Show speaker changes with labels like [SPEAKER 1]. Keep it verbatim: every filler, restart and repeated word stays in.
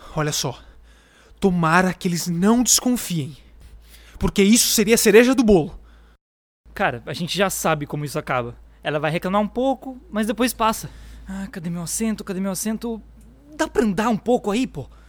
[SPEAKER 1] Olha só. Tomara que eles não desconfiem. Porque isso seria a cereja do bolo.
[SPEAKER 2] Cara, a gente já sabe como isso acaba. Ela vai reclamar um pouco, mas depois passa. Ah, cadê meu assento? Cadê meu assento? Dá pra andar um pouco aí, pô?